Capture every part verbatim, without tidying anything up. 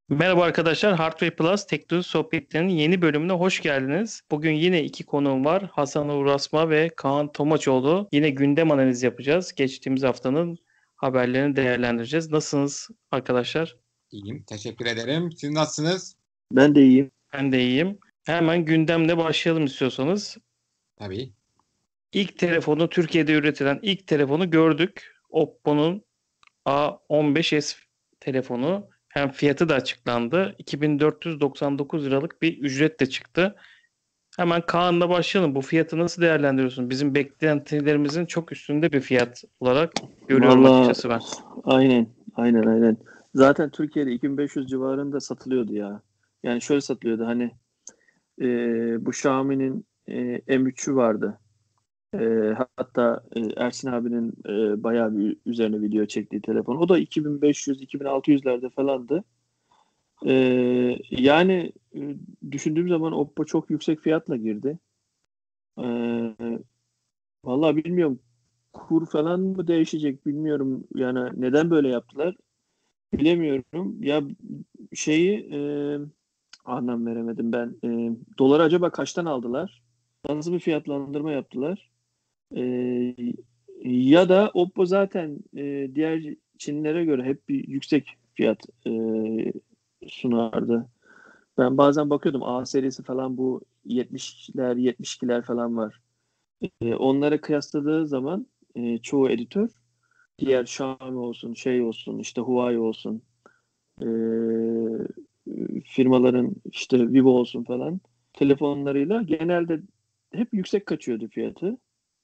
Merhaba arkadaşlar, Hardware Plus Teknoloji Sohbetleri'nin yeni bölümüne hoş geldiniz. Bugün yine iki konuğum var. Hasan Uğur Asma ve Kaan Tomaçoğlu. Yine gündem analizi yapacağız. Geçtiğimiz haftanın haberlerini değerlendireceğiz. Nasılsınız arkadaşlar? İyiyim. Teşekkür ederim. Siz nasılsınız? Ben de iyiyim. Ben de iyiyim. Hemen gündemle başlayalım istiyorsanız. Tabii. İlk telefonu, Türkiye'de üretilen ilk telefonu gördük. Oppo'nun A on beş S telefonu. Hem fiyatı da açıklandı. iki bin dört yüz doksan dokuz liralık bir ücret de çıktı. Hemen Kaan'la başlayalım. Bu fiyatı nasıl değerlendiriyorsun? Bizim beklentilerimizin çok üstünde bir fiyat olarak görüyorum Valla açıkçası ben. aynen aynen aynen. Zaten Türkiye'de iki bin beş yüz civarında satılıyordu ya. Yani şöyle satılıyordu hani e, bu Xiaomi'nin e, M üçü vardı. E, hatta e, Ersin abinin e, bayağı bir üzerine video çektiği telefon. O da iki bin beş yüz iki bin altı yüzlerde falandı. E, yani e, düşündüğüm zaman Oppo çok yüksek fiyatla girdi. E, Vallahi bilmiyorum. Kur falan mı değişecek bilmiyorum. Yani neden böyle yaptılar bilemiyorum. Ya şeyi e, anlam veremedim ben. E, doları acaba kaçtan aldılar? Nasıl bir fiyatlandırma yaptılar? E, Ya da Oppo zaten e, diğer Çinlere göre hep bir yüksek fiyat e, sunardı. Ben bazen bakıyordum A serisi falan bu yetmişler yetmiş ikiler falan var. E, onlara kıyasladığı zaman e, çoğu editör diğer Xiaomi olsun, şey olsun, işte Huawei olsun, e, firmaların işte Vivo olsun falan telefonlarıyla genelde hep yüksek kaçıyordu fiyatı.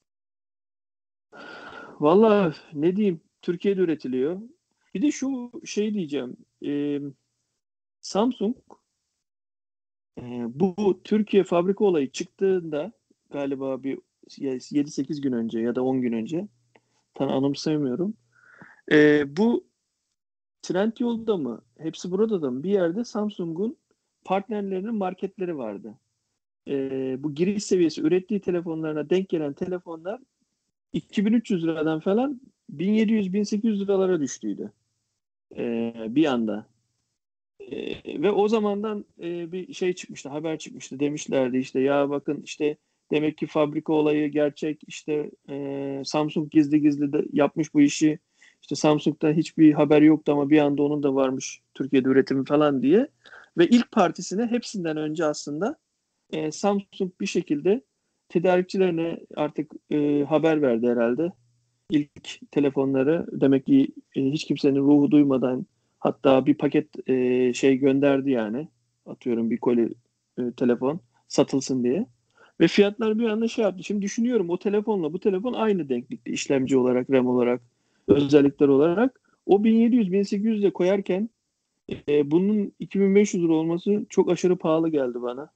Valla ne diyeyim, Türkiye'de üretiliyor. Bir de şu şey diyeceğim, e, Samsung e, bu Türkiye fabrika olayı çıktığında galiba bir yedi sekiz gün önce ya da on gün önce tam anımsayamıyorum. E, bu Trendyol'da mı? Hepsi burada da mı? Bir yerde Samsung'un partnerlerinin marketleri vardı. Ee, bu giriş seviyesi ürettiği telefonlarına denk gelen telefonlar iki bin üç yüz liradan falan bin yedi yüz bin sekiz yüz liralara düştüydü. Ee, bir anda. Ee, ve o zamandan e, bir şey çıkmıştı, haber çıkmıştı. Demişlerdi işte ya bakın işte demek ki fabrika olayı gerçek. İşte e, Samsung gizli gizli de yapmış bu işi. İşte Samsung'dan hiçbir haber yoktu ama bir anda onun da varmış Türkiye'de üretimi falan diye. Ve ilk partisine hepsinden önce aslında e, Samsung bir şekilde tedarikçilerine artık e, haber verdi herhalde. İlk telefonları demek ki e, hiç kimsenin ruhu duymadan hatta bir paket e, şey gönderdi yani. Atıyorum bir koli e, telefon satılsın diye. Ve fiyatlar bir anda şey yaptı. Şimdi düşünüyorum o telefonla bu telefon aynı denklikte işlemci olarak, RAM olarak, özellikler olarak. O bin yedi yüz bin sekiz yüz de koyarken e, bunun iki bin beş yüz lira olması çok aşırı pahalı geldi bana.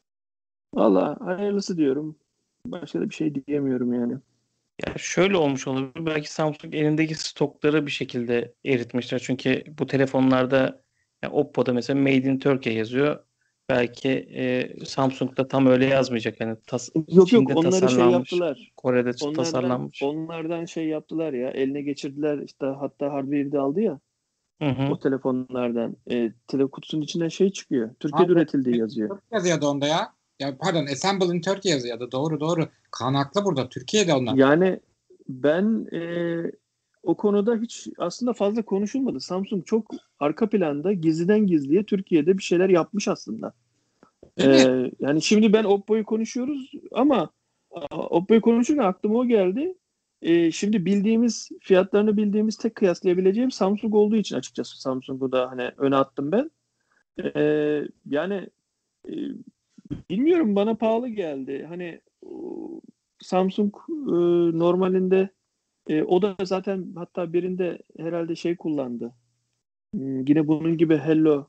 Valla hayırlısı diyorum. Başka da bir şey diyemiyorum yani. Ya şöyle olmuş olabilir. Belki Samsung elindeki stokları bir şekilde eritmişler. Çünkü bu telefonlarda ya Oppo'da mesela Made in Turkey yazıyor. Belki e, Samsung'da tam öyle yazmayacak. Yani tas Yok yok, Çin'de onları şey tasarlanmış, yaptılar. Kore'de Onlardan tasarlanmış. onlardan şey yaptılar ya, eline geçirdiler işte, hatta hardware'i de aldı ya Hı hı. o telefonlardan. E, tele kutusunun içinden şey çıkıyor. Türkiye'de Abi, üretildiği yazıyor. Türk yazıyordu onda ya. Ya pardon, Assemble in Turkey yazıyordu. Doğru doğru. Kaan haklı burada. Türkiye'de onlar. Yani ben e, o konuda hiç aslında fazla konuşulmadı. Samsung çok arka planda gizliden gizliye Türkiye'de bir şeyler yapmış aslında. E, Değil mi? Yani şimdi ben Oppo'yu konuşuyoruz ama a, Oppo'yu konuşurken aklıma o geldi. E, şimdi bildiğimiz fiyatlarını bildiğimiz tek kıyaslayabileceğim Samsung olduğu için açıkçası Samsung'u da hani öne attım ben. E, Yani e, bilmiyorum, bana pahalı geldi. Hani o, Samsung e, normalinde e, o da zaten hatta birinde herhalde şey kullandı. Hmm, yine bunun gibi Hello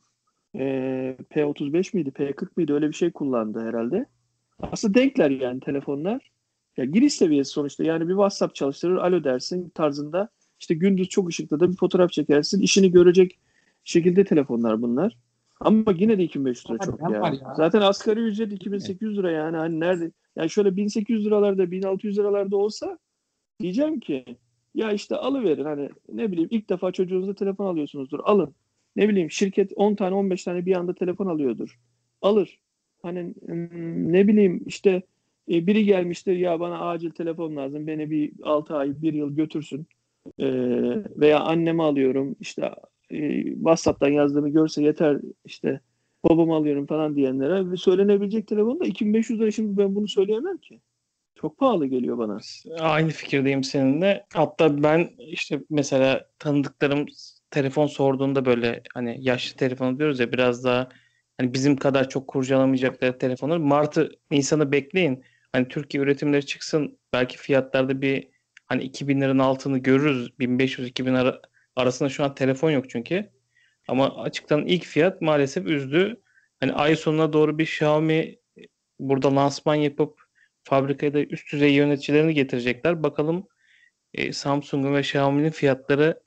e, P otuz beş miydi, P kırk mıydı, öyle bir şey kullandı herhalde. Aslında denkler yani telefonlar. Ya giriş seviyesi sonuçta, yani bir WhatsApp çalıştırır, alo dersin tarzında. İşte gündüz çok ışıkta da bir fotoğraf çekersin. İşini görecek şekilde telefonlar bunlar. Ama yine de iki bin beş yüz lira Ama çok ne var ya. ya? Zaten asgari ücret Değil mi? iki bin sekiz yüz lira yani, hani nerede? Yani şöyle bin sekiz yüz liralarda, bin altı yüz liralarda olsa diyeceğim ki ya işte alıverin, hani ne bileyim ilk defa çocuğunuza telefon alıyorsunuzdur, alın. ne bileyim şirket on tane on beş tane bir anda telefon alıyordur. Alır. Hani hmm, ne bileyim işte e, biri gelmiştir ya bana acil telefon lazım. Beni bir altı ay bir yıl götürsün. E, veya annemi alıyorum işte e, WhatsApp'tan yazdığımı görse yeter işte babamı alıyorum falan diyenlere ve söylenebilecek telefon da iki bin beş yüz lira, şimdi ben bunu söyleyemem ki. Çok pahalı geliyor bana. Aynı fikirdeyim seninle. Hatta ben işte mesela tanıdıklarım telefon sorduğunda böyle hani yaşlı telefon diyoruz ya biraz daha hani bizim kadar çok kurcalamayacakları telefonları Mart'ı Nisan'ı bekleyin. Hani Türkiye üretimleri çıksın. Belki fiyatlarda bir hani iki bin liranın altını görürüz. bin beş yüz iki bin ara, arasında şu an telefon yok çünkü. Ama açıklanan ilk fiyat maalesef üzdü. Hani ay sonuna doğru bir Xiaomi burada lansman yapıp fabrikaya da üst düzey yöneticilerini getirecekler. Bakalım e, Samsung'un ve Xiaomi'nin fiyatları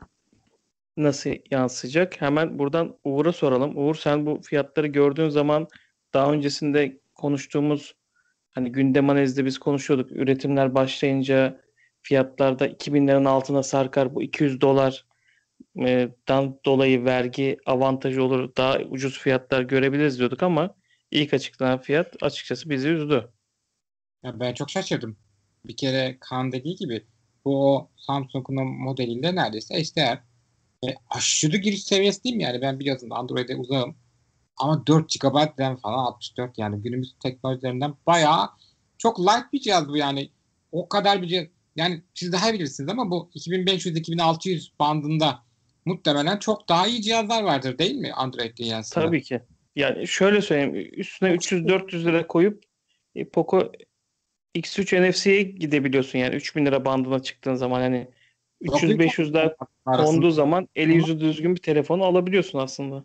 nasıl yansıyacak? Hemen buradan Uğur'a soralım. Uğur, sen bu fiyatları gördüğün zaman daha öncesinde konuştuğumuz hani gündem analizde biz konuşuyorduk. Üretimler başlayınca fiyatlarda iki bin liranın altına sarkar. Bu iki yüz dolar e, dan dolayı vergi avantajı olur. Daha ucuz fiyatlar görebiliriz diyorduk ama ilk açıklanan fiyat açıkçası bizi üzdü. Ya ben çok şaşırdım. Bir kere Kaan dediği gibi bu o Samsung'un modeliyle neredeyse eşdeğer. E, aşırı giriş seviyesi değil mi yani? Ben biliyorsun Android'e uzağım. Ama dört gigabayt RAM falan altmış dört yani günümüz teknolojilerinden bayağı çok light bir cihaz bu yani. O kadar bir cihaz. Yani siz daha iyi bilirsiniz ama bu iki bin beş yüz iki bin altı yüz bandında muhtemelen çok daha iyi cihazlar vardır değil mi Android dünyasında? Tabii ki. Yani şöyle söyleyeyim. Üstüne Çok üç yüz dört yüz lira koyup e, Poco X üç N F C'ye gidebiliyorsun yani üç bin lira bandına çıktığın zaman hani çok büyük üç yüz beş yüzler arasında. konduğu zaman eli yüzü düzgün bir telefonu alabiliyorsun aslında.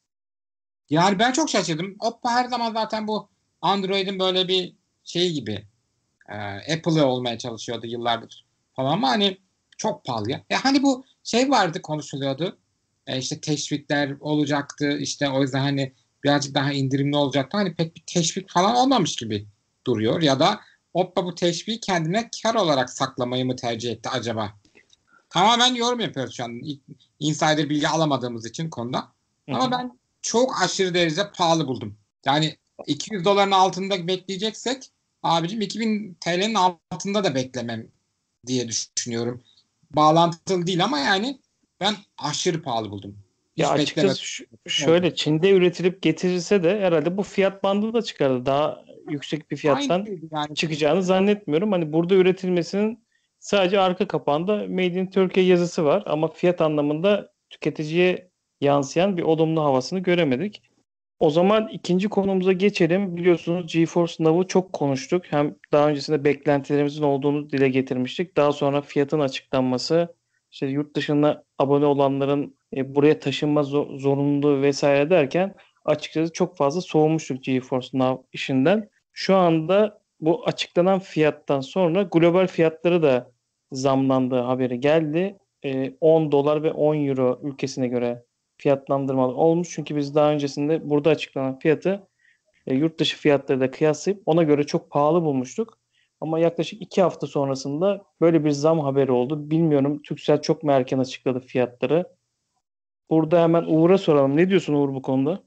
Yani ben çok şaşırdım. Oppo her zaman zaten bu Android'in böyle bir şey gibi e, Apple'ı olmaya çalışıyordu yıllardır falan ama hani çok pahalı ya. E hani bu şey vardı konuşuluyordu. E, işte teşvikler olacaktı. İşte o yüzden hani birazcık daha indirimli olacaktı. Hani pek bir teşvik falan olmamış gibi duruyor. Ya da Oppo bu teşviği kendine kar olarak saklamayı mı tercih etti acaba? Tamamen yorum yapıyoruz şu an. Insider bilgi alamadığımız için konuda. Hı Ama hı. ben çok aşırı derece pahalı buldum. Yani iki yüz doların altında bekleyeceksek abicim iki bin T L'nin altında da beklemem diye düşünüyorum. Bağlantılı değil ama yani ben aşırı pahalı buldum. Ya Hiç beklemedim. açıkçası ş- Oldu. şöyle Çin'de üretilip getirilse de herhalde bu fiyat bandı da çıkardı. Daha yüksek bir Aynı fiyattan şeydi yani. çıkacağını zannetmiyorum. Hani burada üretilmesinin sadece arka kapağında Made in Turkey yazısı var ama fiyat anlamında tüketiciye yansıyan bir olumlu havasını göremedik. O zaman ikinci konumuza geçelim. Biliyorsunuz GeForce Now'ı çok konuştuk. Hem daha öncesinde beklentilerimizin olduğunu dile getirmiştik. Daha sonra fiyatın açıklanması, işte yurt dışına abone olanların e, buraya taşınma zo- zorunluluğu vesaire derken açıkçası çok fazla soğumuştuk GeForce Now işinden. Şu anda bu açıklanan fiyattan sonra global fiyatları da zamlandığı haberi geldi. E, on dolar ve on euro ülkesine göre fiyatlandırmalar olmuş. Çünkü biz daha öncesinde burada açıklanan fiyatı e, yurt dışı fiyatları da kıyaslayıp ona göre çok pahalı bulmuştuk. Ama yaklaşık iki hafta sonrasında böyle bir zam haberi oldu. Bilmiyorum, Turkcell çok mu erken açıkladı fiyatları? Burada hemen Uğur'a soralım. Ne diyorsun Uğur bu konuda?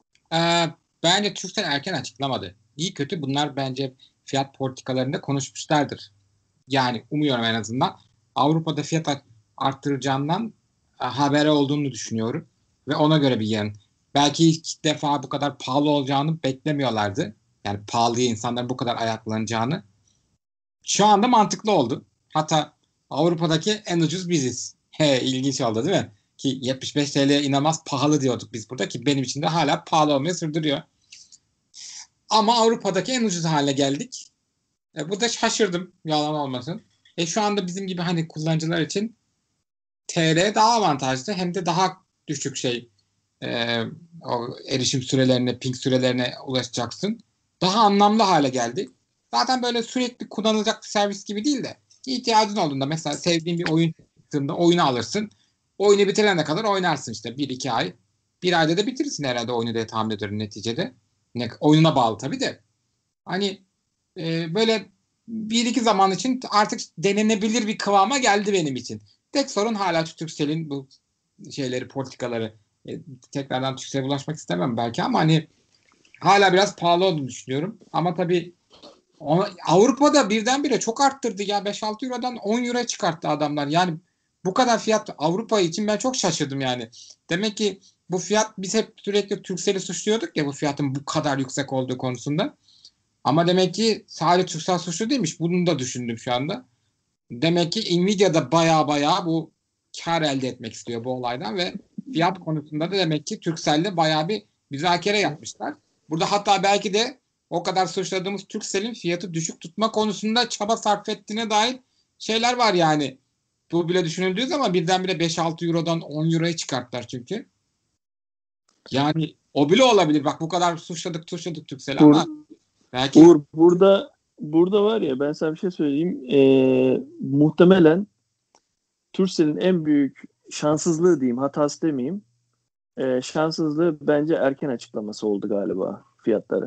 Ee, bence Turkcell erken açıklamadı. İyi kötü bunlar bence fiyat politikalarında konuşmuşlardır. Yani umuyorum en azından. Avrupa'da fiyat art- arttıracağından e, haberi olduğunu düşünüyorum. Ve ona göre bir yarın. Belki ilk defa bu kadar pahalı olacağını beklemiyorlardı. Yani pahalıya insanların bu kadar ayaklanacağını. Şu anda mantıklı oldu. Hatta Avrupa'daki en ucuz biziz. He, ilginç oldu değil mi? Ki yetmiş beş T L'ye inanılmaz pahalı diyorduk biz burada ki benim için de hala pahalı olmayı sürdürüyor. Ama Avrupa'daki en ucuz hale geldik. E, bu da şaşırdım. Yalan olmasın. E, şu anda bizim gibi hani kullanıcılar için T L daha avantajlı hem de daha düşük şey e, o erişim sürelerine, ping sürelerine ulaşacaksın. Daha anlamlı hale geldi. Zaten böyle sürekli kullanılacak bir servis gibi değil de ihtiyacın olduğunda mesela sevdiğin bir oyun çıktığında oyunu alırsın. Oyunu bitirene kadar oynarsın işte bir iki ay. Bir ayda da bitirirsin herhalde oyunu diye tahmin ediyorum neticede. Ne, oyununa bağlı tabii de. Hani e, böyle bir iki zaman için artık denenebilir bir kıvama geldi benim için. Tek sorun hala Turkcell'in bu şeyleri, politikaları. E, tekrardan Turkcell'e bulaşmak istemem belki ama hani hala biraz pahalı olduğunu düşünüyorum. Ama tabii o- Avrupa'da birdenbire çok arttırdı ya. beş altı Euro'dan on Euro'ya çıkarttı adamlar. Yani bu kadar fiyat Avrupa için ben çok şaşırdım yani. Demek ki bu fiyat, biz hep sürekli Turkcell'i suçluyorduk ya bu fiyatın bu kadar yüksek olduğu konusunda. Ama demek ki sadece Turkcell suçlu değilmiş. Bunu da düşündüm şu anda. Demek ki Nvidia da baya baya bu kar elde etmek istiyor bu olaydan ve fiyat konusunda da demek ki Turkcell'le baya bir müzakere yapmışlar. Burada hatta belki de o kadar suçladığımız Turkcell'in fiyatı düşük tutma konusunda çaba sarf ettiğine dair şeyler var yani. Bu bile düşünüldüğü zaman birdenbire beş altı Euro'dan on Euro'ya çıkarttılar çünkü. Yani o bile olabilir. Bak bu kadar suçladık suçladık Turkcell'i ama Bur- belki Uğur, burada burada var ya, ben sana bir şey söyleyeyim. Ee, muhtemelen Turkcell'in en büyük şanssızlığı diyeyim, hatası demeyeyim. Ee, şanssızlığı bence erken açıklaması oldu galiba fiyatları.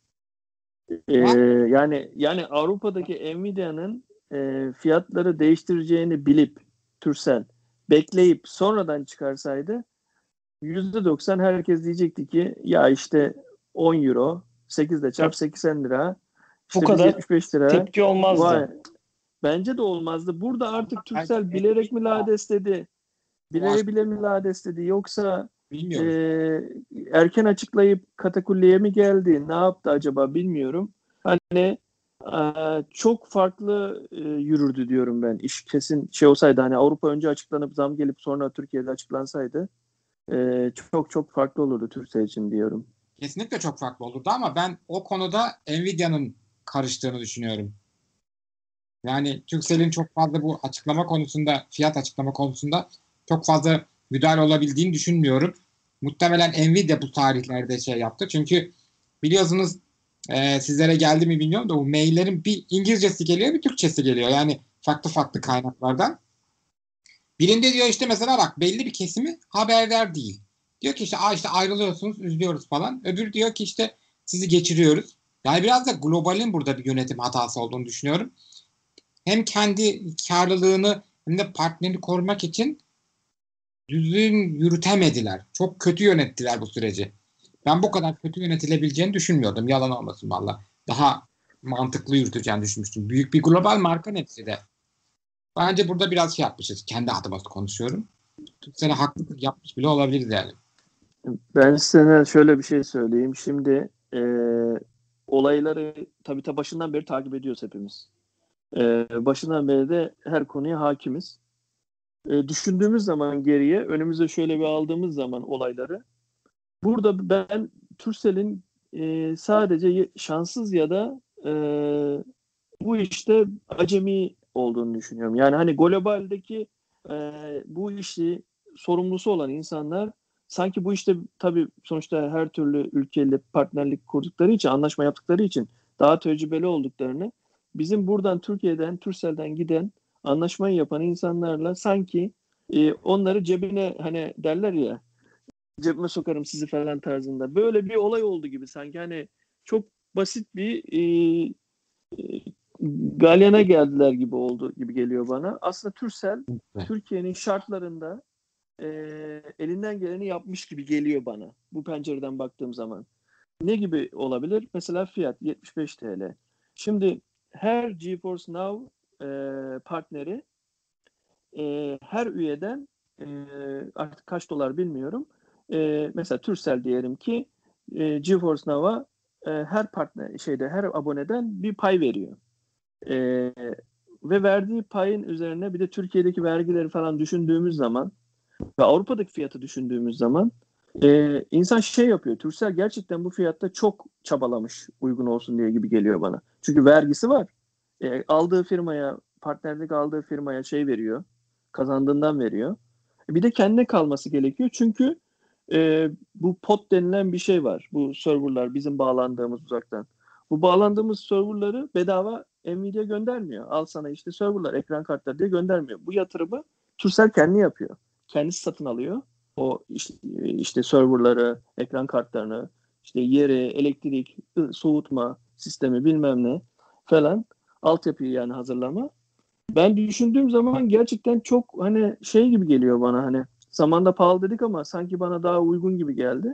Ee, yani yani Avrupa'daki Nvidia'nın e, fiyatları değiştireceğini bilip Turkcell bekleyip sonradan çıkarsaydı yüzde doksan herkes diyecekti ki ya işte on euro, sekizde çarp seksen lira, Bu işte biz kadar yetmiş beş lira. tepki olmazdı. Vay, bence de olmazdı. Burada artık Turkcell bilerek mi lades dedi? Bile bile mi lades dedi? Yoksa e, bilmiyorum. erken açıklayıp katakulliye mi geldi? Ne yaptı acaba bilmiyorum. Hani e, çok farklı e, yürürdü diyorum ben. İş kesin şey olsaydı, hani Avrupa önce açıklanıp zam gelip sonra Türkiye'de açıklansaydı e, çok çok farklı olurdu Türkiye için diyorum. Kesinlikle çok farklı olurdu ama ben o konuda Nvidia'nın karıştığını düşünüyorum. Yani Turkcell'in çok fazla bu açıklama konusunda, fiyat açıklama konusunda çok fazla müdahale olabildiğini düşünmüyorum. Muhtemelen Nvidia bu tarihlerde şey yaptı. Çünkü biliyorsunuz e, sizlere geldi mi bilmiyorum da bu maillerin bir İngilizcesi geliyor, bir Türkçesi geliyor. Yani farklı farklı kaynaklardan. Birinde diyor işte mesela bak belli bir kesimi haberdar değil. Diyor ki işte, Aa işte ayrılıyorsunuz, üzülüyoruz falan. Öbür diyor ki işte sizi geçiriyoruz. Yani biraz da globalin burada bir yönetim hatası olduğunu düşünüyorum. Hem kendi karlılığını hem de partnerini korumak için düzgün yürütemediler. Çok kötü yönettiler bu süreci. Ben bu kadar kötü yönetilebileceğini düşünmüyordum. Yalan olmasın valla. Daha mantıklı yürüteceğini düşünmüştüm. Büyük bir global marka neticede. Bence burada biraz şey yapmışız. Kendi adıma konuşuyorum. Türkcell'e haklılık yapmış bile olabiliriz yani. Ben size şöyle bir şey söyleyeyim. Şimdi e, olayları tabii ta başından beri takip ediyoruz hepimiz. E, başından beri de her konuya hakimiz. E, düşündüğümüz zaman geriye, önümüze şöyle bir aldığımız zaman olayları, burada ben Turkcell'in e, sadece şanssız ya da e, bu işte acemi olduğunu düşünüyorum. Yani hani globaldeki e, bu işi sorumlusu olan insanlar sanki bu işte, tabii sonuçta her türlü ülkeyle partnerlik kurdukları için, anlaşma yaptıkları için daha tecrübeli olduklarını, bizim buradan Türkiye'den, Turkcell'den giden anlaşmayı yapan insanlarla sanki e, onları cebine, hani derler ya, cebime sokarım sizi falan tarzında. Böyle bir olay oldu gibi sanki, hani çok basit bir e, e, galyana geldiler gibi oldu gibi geliyor bana. Aslında Turkcell Türkiye'nin şartlarında e, elinden geleni yapmış gibi geliyor bana bu pencereden baktığım zaman. Ne gibi olabilir? Mesela fiyat yetmiş beş T L. Şimdi her GeForce Now e, partneri e, her üyeden e, artık kaç dolar bilmiyorum. E, mesela Turkcell diyelim ki e, GeForce Now'a e, her partner şeyde her aboneden bir pay veriyor. E, ve verdiği payın üzerine bir de Türkiye'deki vergileri falan düşündüğümüz zaman ve Avrupa'daki fiyatı düşündüğümüz zaman e, insan şey yapıyor. Turkcell gerçekten bu fiyatta çok çabalamış uygun olsun diye gibi geliyor bana. Çünkü vergisi var. E, aldığı firmaya, partnerlik aldığı firmaya şey veriyor. Kazandığından veriyor. E, bir de kendine kalması gerekiyor. Çünkü e, bu pot denilen bir şey var. Bu serverlar, bizim bağlandığımız uzaktan. Bu bağlandığımız serverları bedava Nvidia göndermiyor. Al sana işte serverlar, ekran kartları diye göndermiyor. Bu yatırımı Turkcell kendi yapıyor. Kendisi satın alıyor. O işte, işte serverları, ekran kartlarını, işte yeri, elektrik, soğutma sistemi bilmem ne falan, altyapıyı yani hazırlama. Ben düşündüğüm zaman gerçekten çok hani şey gibi geliyor bana, hani Zamanda pahalı dedik ama sanki bana daha uygun gibi geldi.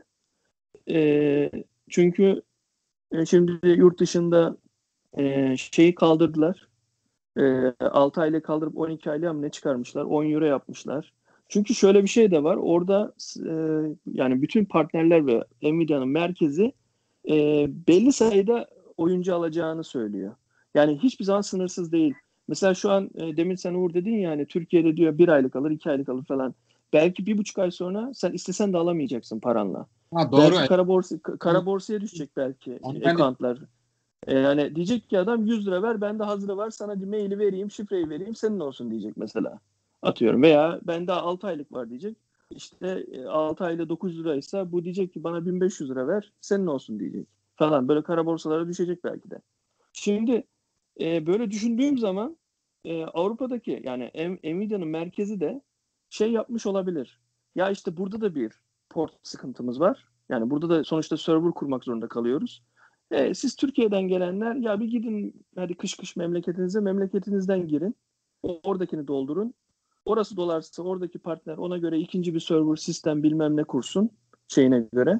E, çünkü e, şimdi yurt dışında e, şeyi kaldırdılar. E, altı aylık kaldırıp on iki aylığa mı ne çıkarmışlar? on euro yapmışlar. Çünkü şöyle bir şey de var. Orada e, yani bütün partnerler ve Nvidia'nın merkezi e, belli sayıda oyuncu alacağını söylüyor. Yani hiçbir zaman sınırsız değil. Mesela şu an e, demin sen Uğur dedin ya hani Türkiye'de diyor bir aylık alır, iki aylık alır falan. Belki bir buçuk ay sonra sen istesen de alamayacaksın paranla. Ha, doğru. Belki kara borsa, kara borsaya düşecek belki Onu ben de accountlar. E, yani diyecek ki adam yüz lira ver, bende hazırı var, sana maili vereyim, şifreyi vereyim, senin olsun diyecek mesela. Atıyorum. Veya bende altı aylık var diyecek. İşte e, altı ayda dokuz liraysa bu diyecek ki bana bin beş yüz lira ver, senin olsun diyecek. Falan böyle kara borsalara düşecek belki de. Şimdi e, böyle düşündüğüm zaman e, Avrupa'daki yani Nvidia'nın merkezi de şey yapmış olabilir. Ya işte burada da bir port sıkıntımız var. Yani burada da sonuçta server kurmak zorunda kalıyoruz. E, siz Türkiye'den gelenler ya bir gidin hadi kış kış memleketinize, memleketinizden girin. Oradakini doldurun. Orası dolarsa oradaki partner ona göre ikinci bir server sistem bilmem ne kursun şeyine göre.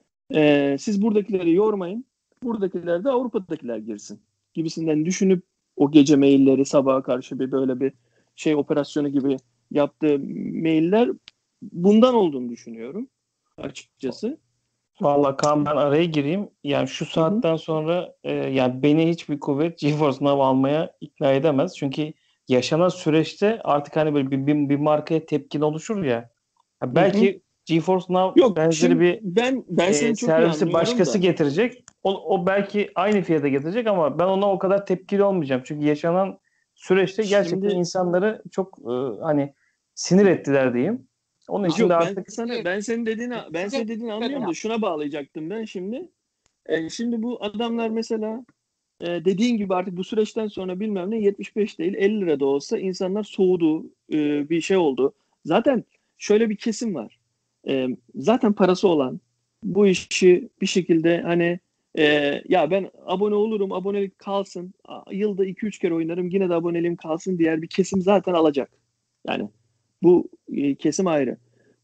E, siz buradakileri yormayın. Buradakiler de Avrupa'dakiler girsin gibisinden düşünüp o gece mailleri sabaha karşı bir böyle bir şey operasyonu gibi yaptığı mailler bundan olduğunu düşünüyorum açıkçası. Vallahi Kaan, ben araya gireyim. Yani şu Hı hı. saatten sonra e, yani beni hiçbir kuvvet GeForce Now almaya ikna edemez. Çünkü yaşanan süreçte artık hani böyle bir, bir, bir markaya tepkin oluşur ya. Ha, Hı hı. belki GeForce Now Yok benzeri şimdi bir ben ben e, seni çok iyi servisi anlıyorum başkası da. getirecek. O, o belki aynı fiyata getirecek ama ben ona o kadar tepkili olmayacağım. Çünkü yaşanan süreçte gerçekten Şimdi insanları çok e, hani sinir ettiler diyeyim. Onun için de yok ben artık sana ben senin dediğini ben senin dediğini anlıyorum da şuna bağlayacaktım ben şimdi. E, şimdi bu adamlar mesela e, dediğin gibi artık bu süreçten sonra bilmem ne yetmiş beş değil elli lira da olsa insanlar soğudu, e, bir şey oldu. Zaten şöyle bir kesim var. E, zaten parası olan bu işi bir şekilde hani e, ya ben abone olurum, abonelik kalsın. A- Yılda iki üç kere oynarım, yine de aboneliğim kalsın diğer bir kesim zaten alacak. Yani bu e, kesim ayrı.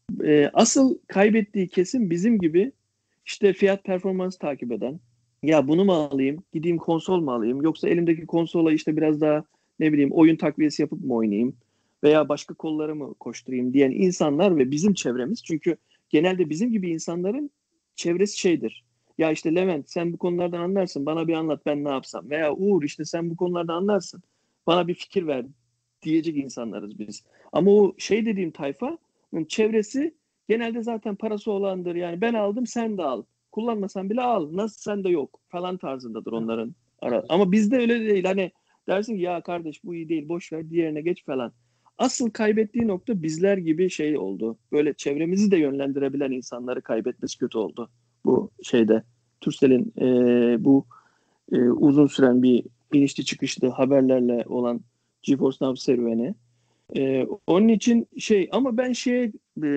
E, asıl kaybettiği kesim bizim gibi işte fiyat performans takip eden. Ya bunu mu alayım? Gideyim konsol mu alayım? Yoksa elimdeki konsola işte biraz daha ne bileyim oyun takviyesi yapıp mı oynayayım? Veya başka kollara mı koşturayım diyen insanlar ve bizim çevremiz. Çünkü genelde bizim gibi insanların çevresi şeydir. Ya işte Levent sen bu konulardan anlarsın, bana bir anlat ben ne yapsam. Veya Uğur işte sen bu konulardan anlarsın, bana bir fikir ver diyecek insanlarız biz. Ama o şey dediğim tayfa çevresi genelde zaten parası olandır. Yani ben aldım sen de al. Kullanmasan bile al. Nasıl sende yok falan tarzındadır onların. Ara. Ama bizde öyle değil. Hani dersin ki ya kardeş bu iyi değil boş ver diğerine geç falan. Asıl kaybettiği nokta bizler gibi şey oldu. Böyle çevremizi de yönlendirebilen insanları kaybetmesi kötü oldu. Bu şeyde Turkcell'in e, bu e, uzun süren bir inişli çıkışlı haberlerle olan GeForce Now serüveni. Ee, onun için şey ama ben şeye e,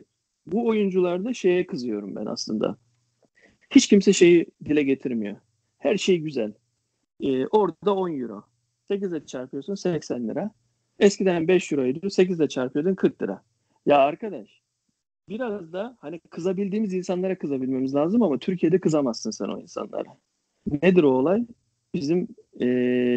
bu oyuncularda şeye kızıyorum ben aslında. Hiç kimse şeyi dile getirmiyor. Her şey güzel. Ee, orada on euro. sekizle çarpıyorsun seksen lira. Eskiden beş euroydu. sekizle çarpıyordun kırk lira. Ya arkadaş biraz da hani kızabildiğimiz insanlara kızabilmemiz lazım ama Türkiye'de kızamazsın sen o insanlara. Nedir o olay? Bizim e,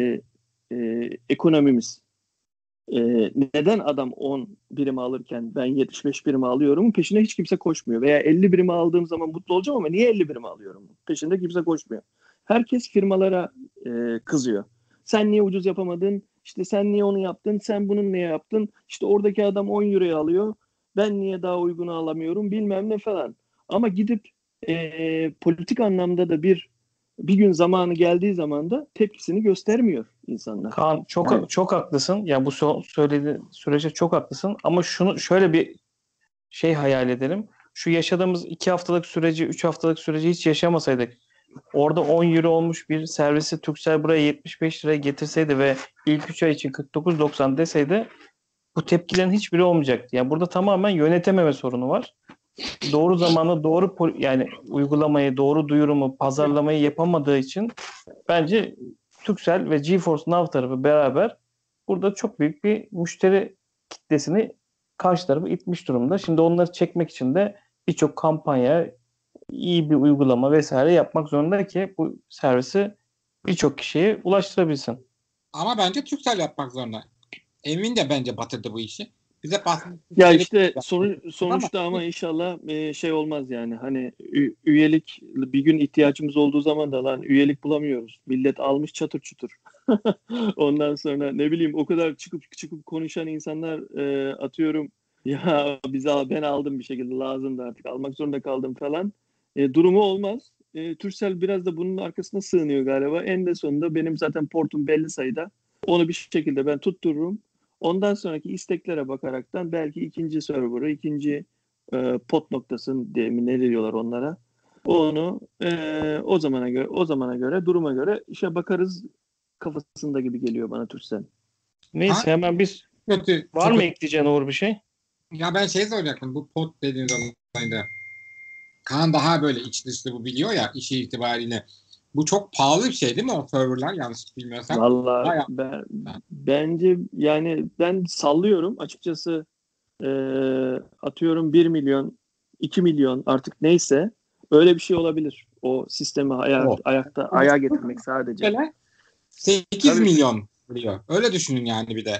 e, ekonomimiz. Ee, neden adam on birimi alırken ben yetmiş beş birimi alıyorum? Peşine hiç kimse koşmuyor. Veya elli birimi aldığım zaman mutlu olacağım ama niye elli birimi alıyorum? Peşinde kimse koşmuyor. Herkes firmalara e, kızıyor. Sen niye ucuz yapamadın? İşte sen niye onu yaptın? Sen bunun niye yaptın? İşte oradaki adam on euroya alıyor. Ben niye daha uygunu alamıyorum? Bilmem ne falan. Ama gidip e, politik anlamda da bir bir gün zamanı geldiği zaman da tepkisini göstermiyor insanlar. Kaan Yani çok çok haklısın. Ya bu so- söylediğin sürece çok haklısın. Ama şunu şöyle bir şey hayal edelim. Şu yaşadığımız iki haftalık süreci, üç haftalık süreci hiç yaşamasaydık, orada on euro olmuş bir servisi Turkcell buraya yetmiş beş liraya getirseydi ve ilk üç ay için kırk dokuz doksan deseydi, bu tepkilerin hiçbiri olmayacaktı. Yani burada tamamen yönetememe sorunu var. Doğru zamanda doğru pol- yani uygulamayı, doğru duyurumu, pazarlamayı yapamadığı için bence Turkcell ve GeForce Now tarafı beraber burada çok büyük bir müşteri kitlesini karşı tarafı itmiş durumda. Şimdi onları çekmek için de birçok kampanya, iyi bir uygulama vesaire yapmak zorunda ki bu servisi birçok kişiye ulaştırabilsin. Ama bence Turkcell yapmak zorunda. Emin de bence batırdı bu işi. Bize bahsettiği Ya şeyleri- işte sonu- sonuçta ama inşallah e, şey olmaz yani hani ü- üyelik bir gün ihtiyacımız olduğu zaman da lan üyelik bulamıyoruz. Millet almış çatır çutur. Ondan sonra ne bileyim o kadar çıkıp çıkıp konuşan insanlar e, atıyorum ya bize al- ben aldım bir şekilde lazımdı artık almak zorunda kaldım falan. E, durumu olmaz. E, Turkcell biraz da bunun arkasına sığınıyor galiba. En de sonunda benim zaten portum belli sayıda. Onu bir şekilde ben tuttururum. Ondan sonraki isteklere bakaraktan belki ikinci server'ı, ikinci e, pot noktasını diye mi ne diyorlar onlara. Onu e, o zamana göre o zamana göre duruma göre işe bakarız kafasında gibi geliyor bana Turkcell. Neyse Ha? hemen biz kötü. var Çok- mı ekleyeceğin Uğur bir şey? Ya ben şey soracaktım. Bu pot dediğiniz olayda. Kaan daha böyle iç dışlı bu biliyor ya işi itibariyle. Bu çok pahalı bir şey değil mi o serverlar yanlış bilmiyorsam? Vallahi Bayağı. ben bence yani ben sallıyorum açıkçası e, atıyorum bir milyon, iki milyon artık neyse öyle bir şey olabilir. O sistemi aya- Oh. ayakta ayağa getirmek sadece. Böyle sekiz Tabii. milyon diyor. Öyle düşünün yani bir de.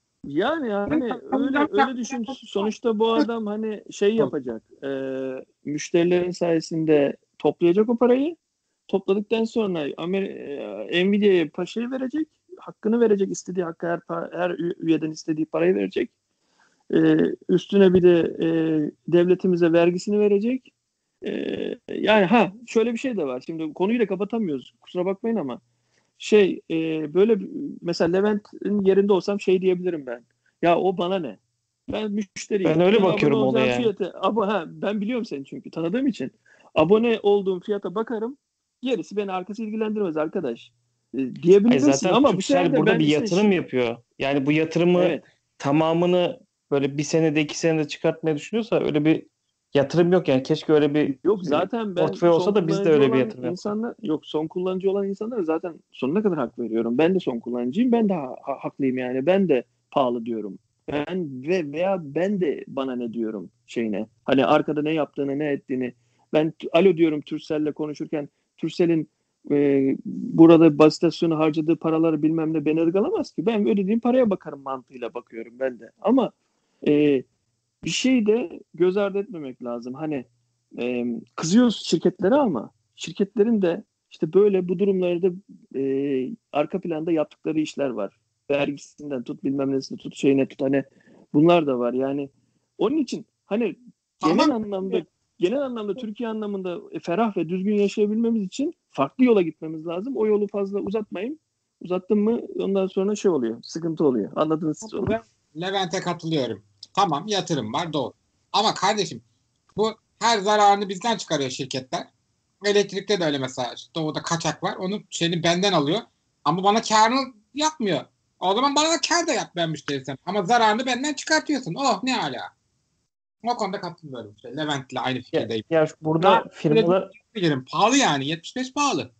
Yani hani öyle öyle düşün. Sonuçta bu adam hani şey yapacak. E, müşterilerin sayesinde toplayacak o parayı. Topladıktan sonra Amer- e, Nvidia'ya paşayı verecek. Hakkını verecek. İstediği hakkı her, pa- her ü- üyeden istediği parayı verecek. E, üstüne bir de e, devletimize vergisini verecek. E, yani ha şöyle bir şey de var. Şimdi konuyu da kapatamıyoruz. Kusura bakmayın ama şey e, böyle bir- mesela Levent'in yerinde olsam şey diyebilirim ben. Ya o bana ne? Ben müşteriyim. Ben öyle abone bakıyorum olacağım olaya. fiyatı. Abo, ha, ben biliyorum seni çünkü tanıdığım için. Abone olduğum fiyata bakarım. Gerisi beni arkası ilgilendirmez arkadaş. E, Ay diyebilirsin zaten ama bu Turkcell sefer de burada ben bir işte yatırım şi- yapıyor. Yani bu yatırımı evet. tamamını böyle bir senede iki senede çıkartmayı düşünüyorsa öyle bir yatırım yok yani. Keşke öyle bir Yok zaten ben portföy son olsa da biz de kullanıcı öyle bir olan yatırım yapsak. insanlar yok son kullanıcı olan insanlara zaten sonuna kadar hak veriyorum. Ben de son kullanıcıyım. Ben de ha- ha- haklıyım yani. Ben de pahalı diyorum. Ben ve veya ben de bana ne diyorum şeyine. Hani arkada ne yaptığını ne ettiğini. Ben t- alo diyorum Turkcell'le konuşurken Turkcell'in e, burada baz istasyonu harcadığı paraları bilmem ne beni ırgalamaz ki. Ben ödediğim paraya bakarım mantığıyla bakıyorum ben de. Ama e, bir şey de göz ardı etmemek lazım. Hani e, kızıyoruz şirketlere ama şirketlerin de işte böyle bu durumlarda e, arka planda yaptıkları işler var. Vergisinden tut bilmem nesine tut şeyine tut hani bunlar da var. Yani onun için hani genel Ama anlamda genel anlamda Türkiye anlamında e, ferah ve düzgün yaşayabilmemiz için farklı yola gitmemiz lazım. O yolu fazla uzatmayın. Uzattın mı ondan sonra şey oluyor. Sıkıntı oluyor. Anladınız siz onu. ben Levent'e katılıyorum. Tamam yatırım var doğru. Ama kardeşim bu her zararını bizden çıkarıyor şirketler. Elektrikte de öyle mesela. İşte orada kaçak var. Onu şeyini benden alıyor. Ama bana karını yapmıyor. O zaman bana da kar da yap ben müşterisem. Ama zararını benden çıkartıyorsun. Oh ne ala. O konuda katılıyorum. İşte Levent'le aynı Ya, fikirdeyim. ya şu- burada firmalar Bilirim. Pahalı yani. yetmiş beş pahalı.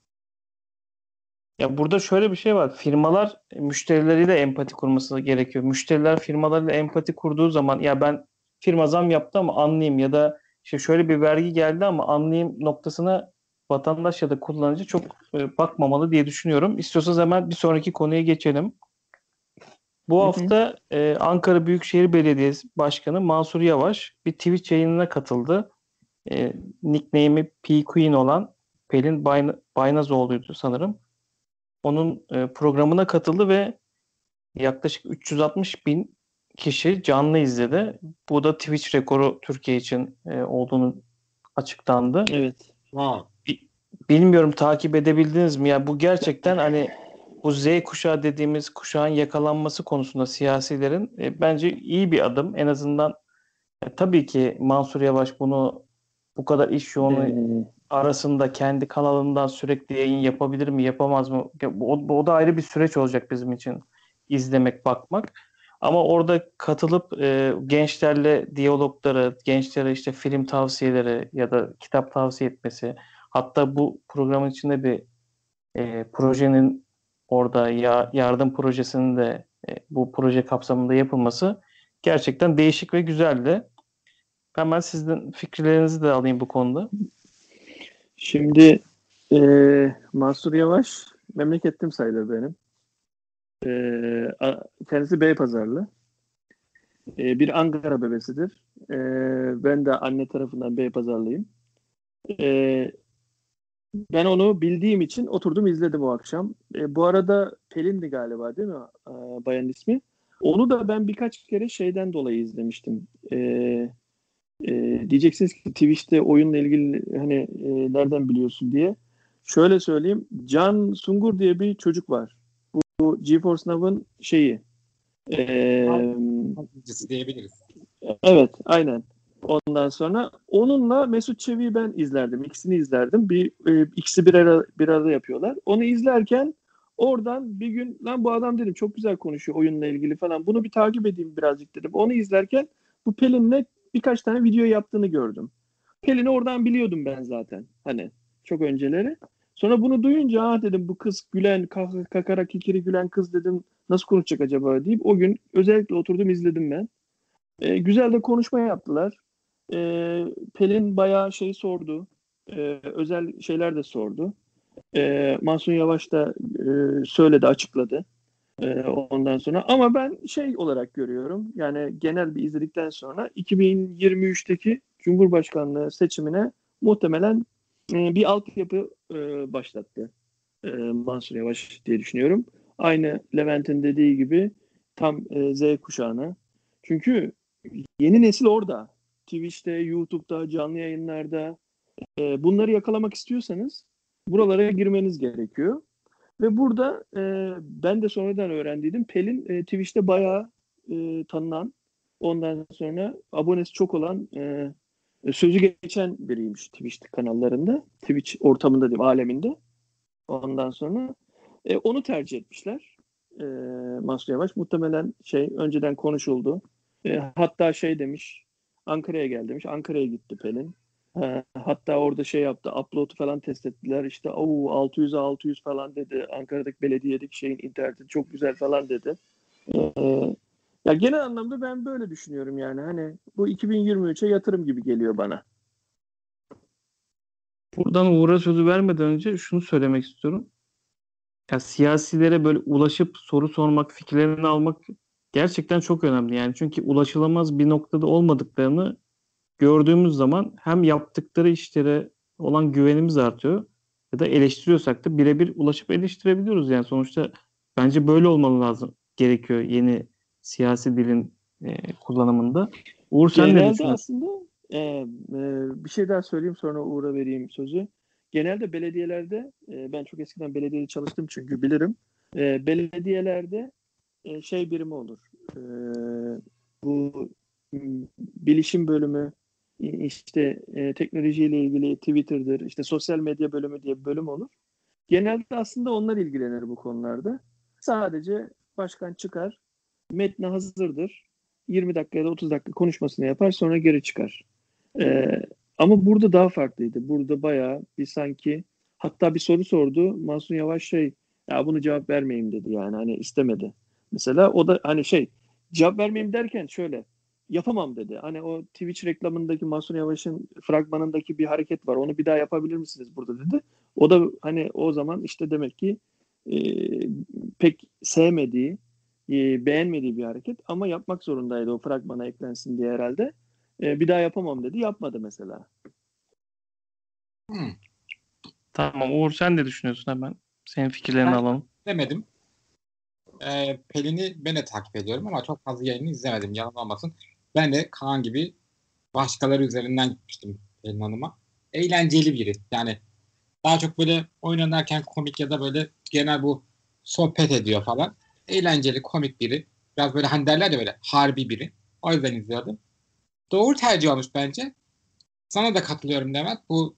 ya burada şöyle bir şey var. Firmalar müşterileriyle empati kurması gerekiyor. Müşteriler firmalarıyla empati kurduğu zaman ya ben firma zam yaptı ama anlayayım ya da işte şöyle bir vergi geldi ama anlayayım noktasına vatandaş ya da kullanıcı çok e, bakmamalı diye düşünüyorum. İstiyorsanız hemen bir sonraki konuya geçelim. Bu Hı hı. hafta e, Ankara Büyükşehir Belediyesi Başkanı Mansur Yavaş bir Twitch yayınına katıldı. E, nickname'i P Queen olan Pelin Bayn- Baynazoğlu'ydu sanırım. Onun e, programına katıldı ve yaklaşık üç yüz altmış bin kişi canlı izledi. Bu da Twitch rekoru Türkiye için e, olduğunu açıklandı. Evet. Wow. Bi- Bilmiyorum takip edebildiniz mi? Ya bu gerçekten hani bu Z kuşağı dediğimiz kuşağın yakalanması konusunda siyasilerin e, bence iyi bir adım. En azından e, tabii ki Mansur Yavaş bunu bu kadar iş yoğunu Ee, arasında kendi kanalından sürekli yayın yapabilir mi, yapamaz mı? O, o da ayrı bir süreç olacak bizim için izlemek, bakmak. Ama orada katılıp e, gençlerle diyalogları, gençlere işte film tavsiyeleri ya da kitap tavsiye etmesi, hatta bu programın içinde bir e, projenin orada ya, yardım projesinin de e, bu proje kapsamında yapılması gerçekten değişik ve güzeldi. Hemen sizin fikirlerinizi de alayım bu konuda. Şimdi e, Mansur Yavaş memlekettim sayılır benim. E, a- kendisi Beypazarlı. E, bir Ankara bebesidir. E, ben de anne tarafından Beypazarlıyım. E, Ben onu bildiğim için oturdum izledim o akşam. E, bu arada Pelin'di galiba değil mi e, bayanın ismi? Onu da ben birkaç kere şeyden dolayı izlemiştim. E, e, diyeceksiniz ki Twitch'te oyunla ilgili hani e, nereden biliyorsun diye. Şöyle söyleyeyim. Can Sungur diye bir çocuk var. Bu GeForce Now'ın şeyi. E, Öncesi diyebiliriz. evet, aynen. Ondan sonra onunla Mesut Çevik'i ben izlerdim. İkisini izlerdim. Bir e, ikisi bir ara bir arada yapıyorlar. Onu izlerken oradan bir gün lan bu adam dedim çok güzel konuşuyor oyunla ilgili falan. Bunu bir takip edeyim birazcık dedim. Onu izlerken bu Pelin'le birkaç tane video yaptığını gördüm. Pelin'i oradan biliyordum ben zaten. Hani çok önceleri. Sonra bunu duyunca ah dedim bu kız gülen, kah- kakara kikiri gülen kız dedim. Nasıl konuşacak acaba deyip o gün özellikle oturdum izledim ben. E, güzel de konuşma yaptılar. E, Pelin bayağı şey sordu. E, özel şeyler de sordu. E, Mansur Yavaş da e, söyledi, açıkladı. E, ondan sonra ama ben şey olarak görüyorum. Yani genel bir izledikten sonra iki bin yirmi üçteki Cumhurbaşkanlığı seçimine muhtemelen e, bir altyapı e, başlattı e, Mansur Yavaş diye düşünüyorum. Aynı Levent'in dediği gibi tam e, Z kuşağına. Çünkü yeni nesil orada. Twitch'te, YouTube'da, canlı yayınlarda. E, bunları yakalamak istiyorsanız buralara girmeniz gerekiyor. Ve burada e, ben de sonradan öğrendiydim. Pelin e, Twitch'te bayağı e, tanınan, ondan sonra abonesi çok olan, e, sözü geçen biriymiş Twitch kanallarında. Twitch ortamında diyeyim, aleminde. Ondan sonra e, onu tercih etmişler. E, Mansur Yavaş muhtemelen şey önceden konuşuldu. E, hatta şey demiş, Ankara'ya gel demiş. Ankara'ya gitti Pelin. E, hatta orada şey yaptı, upload'u falan test ettiler. İşte o altı yüze altı yüz falan dedi. Ankara'daki belediyedeki şeyin interneti çok güzel falan dedi. E, ya genel anlamda ben böyle düşünüyorum yani. Hani bu iki bin yirmi üçe yatırım gibi geliyor bana. Buradan Uğur'a sözü vermeden önce şunu söylemek istiyorum. Ya siyasilere böyle ulaşıp soru sormak, fikirlerini almak gerçekten çok önemli. Yani çünkü ulaşılamaz bir noktada olmadıklarını gördüğümüz zaman hem yaptıkları işlere olan güvenimiz artıyor ya da eleştiriyorsak da birebir ulaşıp eleştirebiliyoruz. Yani sonuçta bence böyle olmalı lazım gerekiyor yeni siyasi dilin e, kullanımında. Uğur sen ne Genelde düşünüyorsun? aslında e, e, bir şey daha söyleyeyim sonra Uğur'a vereyim sözü. Genelde belediyelerde e, ben çok eskiden belediyede çalıştım çünkü bilirim. E, belediyelerde e, şey birimi olur. E, bu m, bilişim bölümü i- işte e, teknolojiyle ilgili Twitter'dır, işte sosyal medya bölümü diye bir bölüm olur. Genelde aslında onlar ilgilenir bu konularda. Sadece başkan çıkar, metni hazırdır. yirmi dakika ya da otuz dakika konuşmasını yapar sonra geri çıkar. Ee, ama burada daha farklıydı. Burada bayağı bir sanki hatta bir soru sordu. Mansur Yavaş şey ya bunu cevap vermeyeyim dedi yani hani istemedi. Mesela o da hani şey cevap vermeyeyim derken şöyle yapamam dedi. Hani o Twitch reklamındaki Mansur Yavaş'ın fragmanındaki bir hareket var. Onu bir daha yapabilir misiniz burada dedi. O da hani o zaman işte demek ki e, pek sevmediği, e, beğenmediği bir hareket ama yapmak zorundaydı o fragmana eklensin diye herhalde. E, bir daha yapamam dedi. Yapmadı mesela. Hmm. Tamam Uğur sen ne düşünüyorsun hemen? Senin fikirlerini Ben alalım. demedim. Ee, Pelin'i ben de takip ediyorum ama çok fazla yayını izlemedim. Yalan olmasın. Ben de Kaan gibi başkaları üzerinden gitmiştim Pelin Hanım'a. Eğlenceli biri. Yani daha çok böyle oynanırken komik ya da böyle genel bu sohbet ediyor falan. Eğlenceli, komik biri. Biraz böyle hani derler ya böyle harbi biri. O yüzden izliyordum. Doğru tercih olmuş bence. Sana da katılıyorum Demet. Bu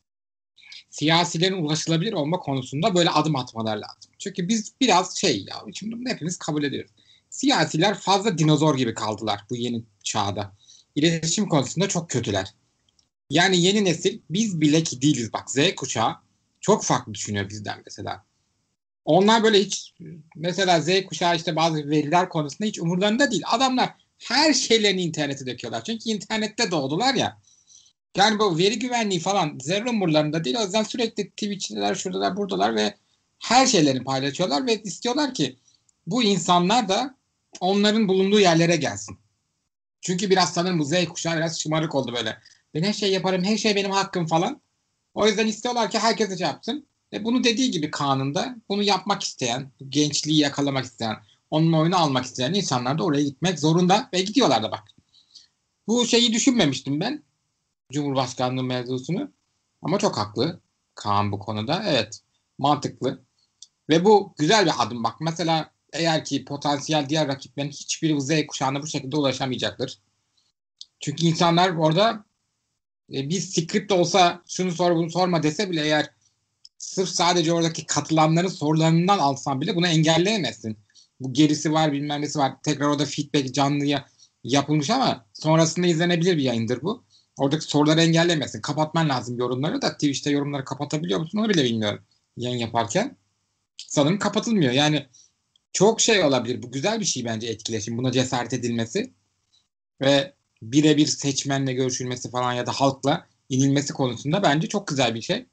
siyasilerin ulaşılabilir olma konusunda böyle adım atmalar lazım. Çünkü biz biraz şey ya, şimdi bunu hepimiz kabul ediyoruz. Siyasiler fazla dinozor gibi kaldılar bu yeni çağda. İletişim konusunda çok kötüler. Yani yeni nesil biz bile ki değiliz bak Z kuşağı çok farklı düşünüyor bizden mesela. Onlar böyle hiç mesela Z kuşağı işte bazı veriler konusunda hiç umurlarında değil. Adamlar her şeylerini internete döküyorlar. Çünkü internette doğdular ya. Yani bu veri güvenliği falan zerre umurlarında değil. O yüzden sürekli Twitch'teler, şuradalar, buradalar ve her şeylerini paylaşıyorlar ve istiyorlar ki bu insanlar da onların bulunduğu yerlere gelsin. Çünkü biraz sanırım bu Z kuşağı biraz şımarık oldu böyle. Ben her şey yaparım, her şey benim hakkım falan. O yüzden istiyorlar ki herkes şey yapsın. E bunu dediği gibi kanunda bunu yapmak isteyen, gençliği yakalamak isteyen, onun oyunu almak isteyen insanlar da oraya gitmek zorunda ve gidiyorlar da bak. Bu şeyi düşünmemiştim ben. Cumhurbaşkanlığı mevzusunu. Ama çok haklı Kaan bu konuda. Evet, mantıklı. Ve bu güzel bir adım bak. Mesela eğer ki potansiyel diğer rakiplerin hiçbiri bu Z kuşağına bu şekilde ulaşamayacaktır. Çünkü insanlar orada e, bir script olsa şunu sor bunu sorma dese bile eğer sırf sadece oradaki katılanların sorularından alsan bile bunu engelleyemezsin. Bu gerisi var bilmem nesi var. Tekrar orada feedback canlıya yapılmış ama sonrasında izlenebilir bir yayındır bu. Oradaki soruları engelleyemezsin. Kapatman lazım yorumları da Twitch'te yorumları kapatabiliyor musun onu bile bilmiyorum. Yayın yaparken. Sanırım kapatılmıyor. Yani çok şey olabilir. Bu güzel bir şey bence etkileşim. Buna cesaret edilmesi ve birebir seçmenle görüşülmesi falan ya da halkla inilmesi konusunda bence çok güzel bir şey.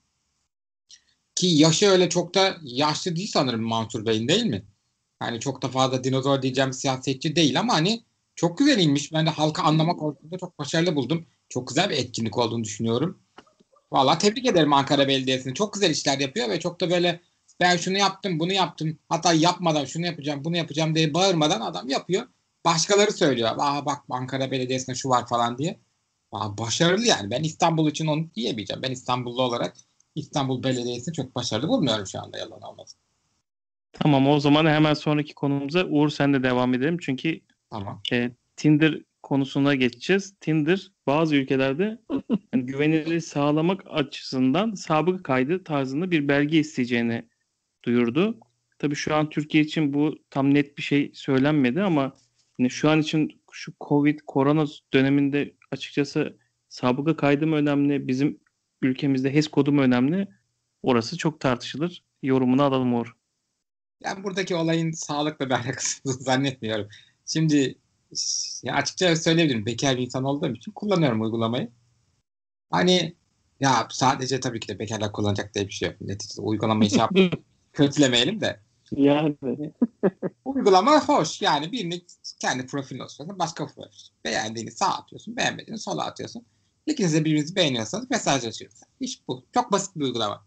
Ki yaşı öyle çok da yaşlı değil sanırım Mansur Bey'in değil mi? Yani çok da fazla dinozor diyeceğim siyasetçi değil ama hani çok güzel inmiş. Ben de halka anlamak konusunda çok başarılı buldum. Çok güzel bir etkinlik olduğunu düşünüyorum. Vallahi tebrik ederim Ankara Belediyesi'ni. Çok güzel işler yapıyor ve çok da böyle ben şunu yaptım, bunu yaptım. Hatta yapmadan şunu yapacağım, bunu yapacağım diye bağırmadan adam yapıyor. Başkaları söylüyor. Aa bak Ankara Belediyesi'nde şu var falan diye. Aa, başarılı yani. Ben İstanbul için onu diyemeyeceğim. Ben İstanbullu olarak İstanbul Belediyesi'ni çok başarılı bulmuyorum şu anda yalan olmasın. Tamam, o zaman hemen sonraki konumuza Uğur sen de devam edelim. Çünkü Tamam. e, Tinder konusuna geçeceğiz. Tinder bazı ülkelerde yani güvenilirliği sağlamak açısından sabıka kaydı tarzında bir belge isteyeceğini duyurdu. Tabii şu an Türkiye için bu tam net bir şey söylenmedi ama yani şu an için şu Covid, korona döneminde açıkçası sabıka kaydı mı önemli, bizim ülkemizde H E S kodu mu önemli? Orası çok tartışılır. Yorumunu alalım Uğur. Yani buradaki olayın sağlıkla bir alakası zannetmiyorum. Şimdi ya açıkça söyleyebilirim. Bekar bir insan olduğum için kullanıyorum uygulamayı. Hani ya sadece tabii ki de bekarlar kullanacak diye bir şey yok. Neticede uygulamayı şey yap kötülemeyelim de. Yani Uygulama hoş. Yani birini kendi profilin olsun. Başka profil. Beğendiğini sağa atıyorsun. Beğenmediğini sola atıyorsun. İkiniz de birbirinizi beğeniyorsanız mesajlaşıyorsunuz. İş bu. Çok basit bir uygulama.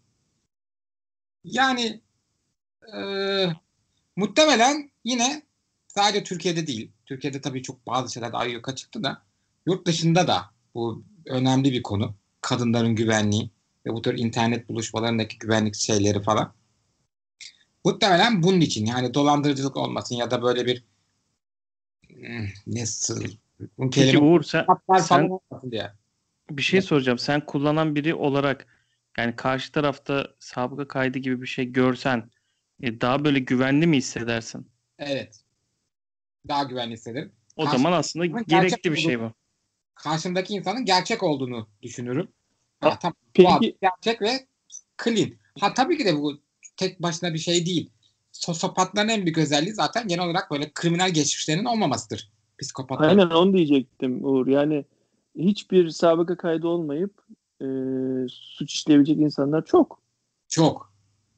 Yani eee muhtemelen yine sadece Türkiye'de değil. Türkiye'de tabii çok bazı şeylerde ayyuka çıktı da yurt dışında da bu önemli bir konu. Kadınların güvenliği ve bu tür internet buluşmalarındaki güvenlik şeyleri falan. Muhtemelen bunun için yani dolandırıcılık olmasın ya da böyle bir hmm, nasıl bu Peki kelime Uğur sen, falan sen olmasın diye. bir şey soracağım. Sen kullanan biri olarak yani karşı tarafta sabıka kaydı gibi bir şey görsen e, daha böyle güvenli mi hissedersin? Evet. Daha güvenli hissederim. O zaman aslında Karşımdaki gerçek gerekli bir olduğunu, şey bu. karşımdaki insanın gerçek olduğunu düşünürüm. A- Ha, tamam. Bu adam peki gerçek ve clean. Ha tabii ki de bu tek başına bir şey değil. Sosyopatların en büyük özelliği zaten genel olarak böyle kriminal geçmişlerinin olmamasıdır. Psikopatların. aynen onu diyecektim Uğur. Yani hiçbir sabıka kaydı olmayıp e, suç işleyebilecek insanlar çok. Çok.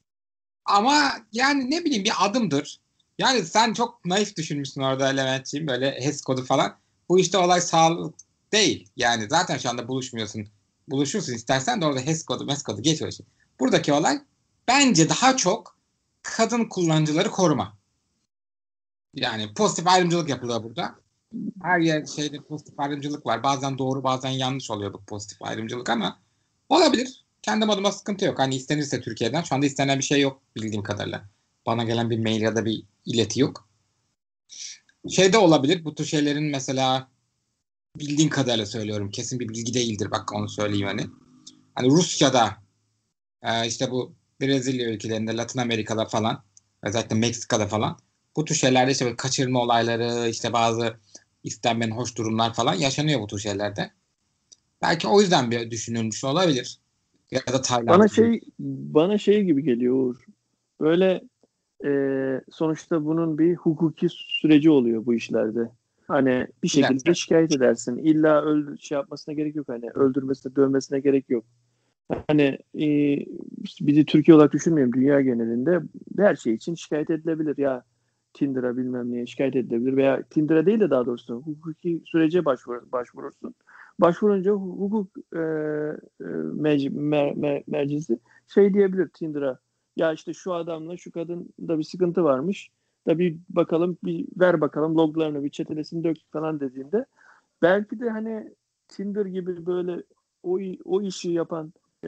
Ama yani ne bileyim bir adımdır. Yani sen çok naif düşünmüşsün orada Leventciğim böyle H E S kodu falan. Bu işte olay sağlık değil. Yani zaten şu anda buluşmuyorsun. Buluşursun istersen de orada H E S kodu, M E S kodu geç o şey. Buradaki olay bence daha çok kadın kullanıcıları koruma. Yani pozitif ayrımcılık yapılıyor burada. Her yer şeyde pozitif ayrımcılık var. Bazen doğru bazen yanlış oluyor bu pozitif ayrımcılık ama olabilir. Kendim adıma sıkıntı yok. Hani istenirse Türkiye'den. Şu anda istenen bir şey yok bildiğim kadarıyla. Bana gelen bir mail ya da bir ileti yok. Şey de olabilir. Bu tür şeylerin mesela bildiğim kadarıyla söylüyorum. Kesin bir bilgi değildir. Bak onu söyleyeyim hani. Hani Rusya'da e, işte bu Brezilya ülkelerinde Latin Amerika'da falan özellikle Meksika'da falan bu tür şeylerde işte böyle kaçırma olayları işte bazı istenmeyen hoş durumlar falan yaşanıyor bu tür şeylerde. Belki o yüzden bir düşünülmüş olabilir. Ya da Tayland. Bana şey bana şey gibi geliyor Uğur. Böyle e, sonuçta bunun bir hukuki süreci oluyor bu işlerde. Hani bir şekilde Evet. şikayet edersin. İlla öldür şey yapmasına gerek yok, hani öldürmesine, dövmesine gerek yok. Hani e, bir de Türkiye olarak düşünmüyorum, dünya genelinde her şey için şikayet edilebilir ya. Tinder'a bilmem neye şikayet edilebilir veya Tinder'a değil de daha doğrusu hukuki sürece başvur, başvurursun. Başvurunca hukuk e, e, mec, mer, mer, mercisi şey diyebilir Tinder'a. Ya işte şu adamla şu kadında bir sıkıntı varmış. Da bir bakalım, bir ver bakalım loglarını, bir çetelesini dök falan dediğinde belki de hani Tinder gibi böyle o, o işi yapan e,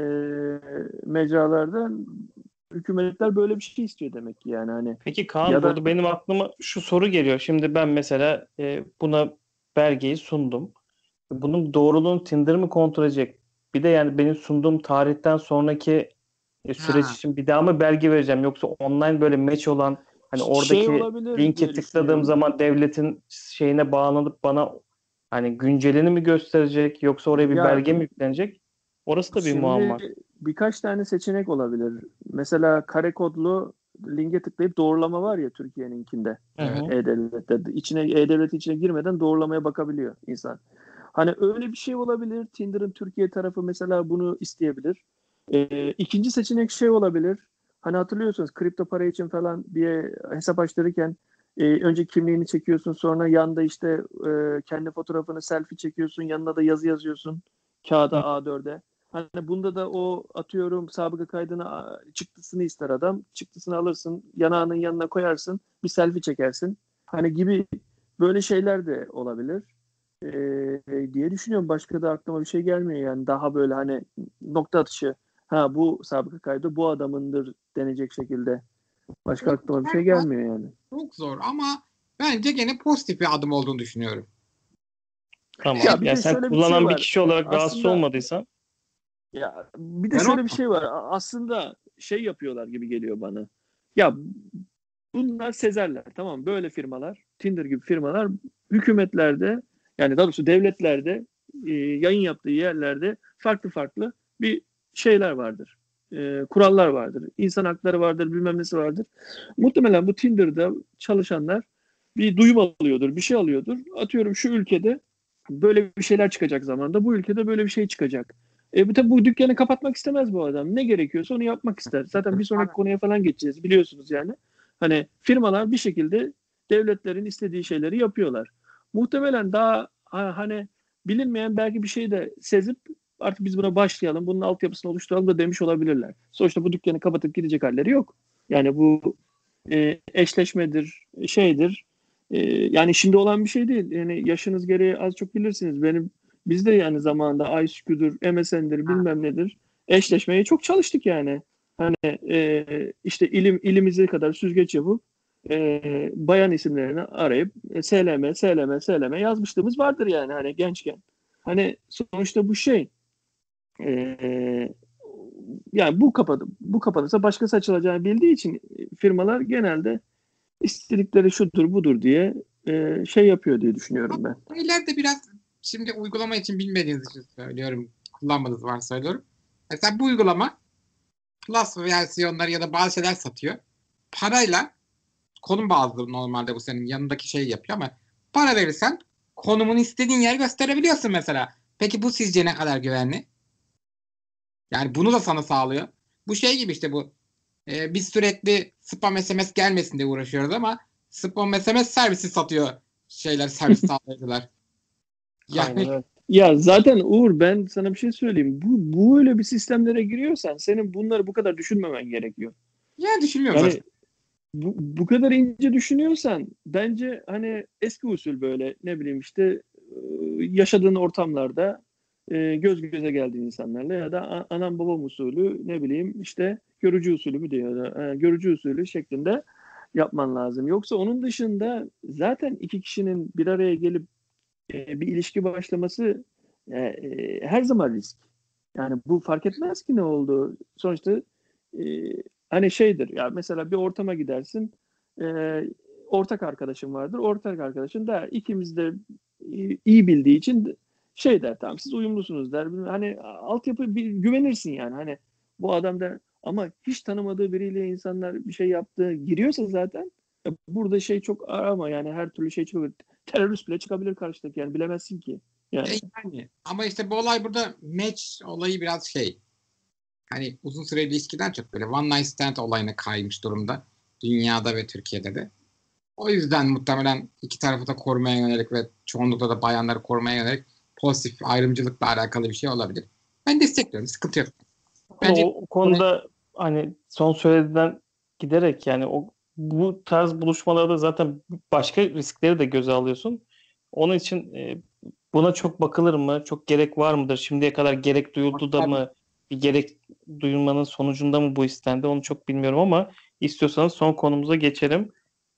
mecralardan hükümetler böyle bir şey istiyor demek ki, yani hani Peki Kaan, ya da burada benim aklıma şu soru geliyor. Şimdi ben mesela e, buna belgeyi sundum. Bunun doğruluğunu Tinder mı kontrol edecek? Bir de yani benim sunduğum tarihten sonraki e, süreç Ha. için bir daha mı belge vereceğim? Yoksa online böyle match olan, hani şey oradaki olabilir linke diye tıkladığım düşünüyorum. zaman devletin şeyine bağlanıp bana hani güncelini mi gösterecek? Yoksa oraya bir Ya belge mi yüklenecek? Orası da bir şimdi muamma. birkaç tane seçenek olabilir. Mesela kare kodlu linke tıklayıp doğrulama var ya Türkiye'ninkinde. Hı Evet. hı. E-Devlet'te içine, E-Devlet içine girmeden doğrulamaya bakabiliyor insan. Hani öyle bir şey olabilir. Tinder'ın Türkiye tarafı mesela bunu isteyebilir. Ee, ikinci seçenek şey olabilir. Hani hatırlıyorsunuz kripto para için falan bir hesap açtırırken e, önce kimliğini çekiyorsun, sonra yanda işte e, kendi fotoğrafını selfie çekiyorsun, yanına da yazı yazıyorsun kağıda A dörde. Hani bunda da o atıyorum sabıka kaydını a, çıktısını ister adam. Çıktısını alırsın, yanağının yanına koyarsın, bir selfie çekersin. Hani gibi böyle şeyler de olabilir. Ee, diye düşünüyorum. Başka da aklıma bir şey gelmiyor yani. Daha böyle hani nokta atışı. Ha bu sabıka kaydı bu adamındır denecek şekilde. Başka O aklıma bir şey kadar gelmiyor yani. çok zor ama bence gene pozitif bir adım olduğunu düşünüyorum. Tamam. Ya bir Yani de sen şöyle bir şey kullanan bir var. kişi olarak rahatsız Aslında olmadıysan ya bir de Ben şöyle bir onu şey var. A- Aslında şey yapıyorlar gibi geliyor bana. Ya bunlar sezerler, tamam mı? Böyle firmalar, Tinder gibi firmalar hükümetlerde, yani daha doğrusu devletlerde e, yayın yaptığı yerlerde farklı farklı bir şeyler vardır. E, kurallar vardır. İnsan hakları vardır, bilmem nesi vardır. Muhtemelen bu Tinder'da çalışanlar bir duyum alıyordur, bir şey alıyordur. Atıyorum şu ülkede böyle bir şeyler çıkacak zamanda, bu ülkede böyle bir şey çıkacak. E, bu, tabii bu dükkanı kapatmak istemez bu adam. Ne gerekiyorsa onu yapmak ister. Zaten bir sonraki konuya falan geçeceğiz biliyorsunuz yani. Hani firmalar bir şekilde devletlerin istediği şeyleri yapıyorlar. Muhtemelen daha hani bilinmeyen belki bir şey de sezip artık biz buna başlayalım, bunun altyapısını oluşturalım da demiş olabilirler. Sonuçta bu dükkanı kapatıp gidecek halleri yok. Yani bu e, eşleşmedir, şeydir. E, yani şimdi olan bir şey değil. Yani yaşınız gereği az çok bilirsiniz. Benim biz de yani zamanında ICQ'dur, M S N'dir, bilmem nedir. Eşleşmeye çok çalıştık yani. Hani e, işte ilim ilimize kadar süzgeç yapıp e, bayan isimlerini arayıp e, S L M, S L M, S L M yazmışlığımız vardır yani hani gençken. Hani sonuçta bu şey e, yani bu kapadı bu kapanırsa başkası açılacağını bildiği için firmalar genelde istedikleri şudur budur diye e, şey yapıyor diye düşünüyorum ben. ileride biraz şimdi uygulama için bilmediğiniz için söylüyorum. Kullanmadığınız var söylüyorum. Mesela bu uygulama Plus versiyonları ya da bazı şeyler satıyor. Parayla konum bazlı normalde bu senin yanındaki şeyi yapıyor ama para verirsen konumunu istediğin yere gösterebiliyorsun mesela. Peki bu sizce ne kadar güvenli? Yani bunu da sana sağlıyor. Bu şey gibi işte bu. E, biz sürekli spam S M S gelmesin diye uğraşıyoruz ama spam S M S servisi satıyor şeyler, servis sağlayıcılar. aynen Yani öyle. Ya zaten Uğur ben sana bir şey söyleyeyim. Bu, bu öyle bir sistemlere giriyorsan senin bunları bu kadar düşünmemen gerekiyor. ya düşünmüyorum zaten. Yani bu, bu kadar ince düşünüyorsan bence hani eski usul böyle ne bileyim işte e, yaşadığın ortamlarda e, göz göze geldiğin insanlarla ya da a- anam babam usulü ne bileyim işte görücü usulü mü diyor e, görücü usulü şeklinde yapman lazım. Yoksa onun dışında zaten iki kişinin bir araya gelip e, bir ilişki başlaması e, e, her zaman risk. Yani bu fark etmez ki ne oldu. Sonuçta e, hani şeydir ya mesela bir ortama gidersin e, ortak arkadaşın vardır. Ortak arkadaşın der ikimiz de e, iyi bildiği için şey der tamam siz uyumlusunuz der. Hani altyapı bir güvenirsin yani hani bu adam der ama hiç tanımadığı biriyle insanlar bir şey yaptığı giriyorsa zaten burada şey çok arama yani her türlü şey çok terörist bile çıkabilir karşıdaki, yani bilemezsin ki. Yani. E yani. Ama işte bu olay burada match olayı biraz şey. Hani uzun süreli ilişkiden çok böyle one night stand olayına kaymış durumda. Dünyada ve Türkiye'de de. O yüzden muhtemelen iki tarafı da korumaya yönelik ve çoğunlukla da bayanları korumaya yönelik pozitif ayrımcılıkla alakalı bir şey olabilir. Ben destekliyorum. Sıkıntı yok. Bence o konuda hani son söylediğinden giderek yani o bu tarz buluşmalarda zaten başka riskleri de göze alıyorsun. Onun için e, buna çok bakılır mı? Çok gerek var mıdır? Şimdiye kadar gerek duyuldu da mı? Bir gerek duyulmanın sonucunda mı bu istendi? Onu çok bilmiyorum ama istiyorsanız son konumuza geçelim.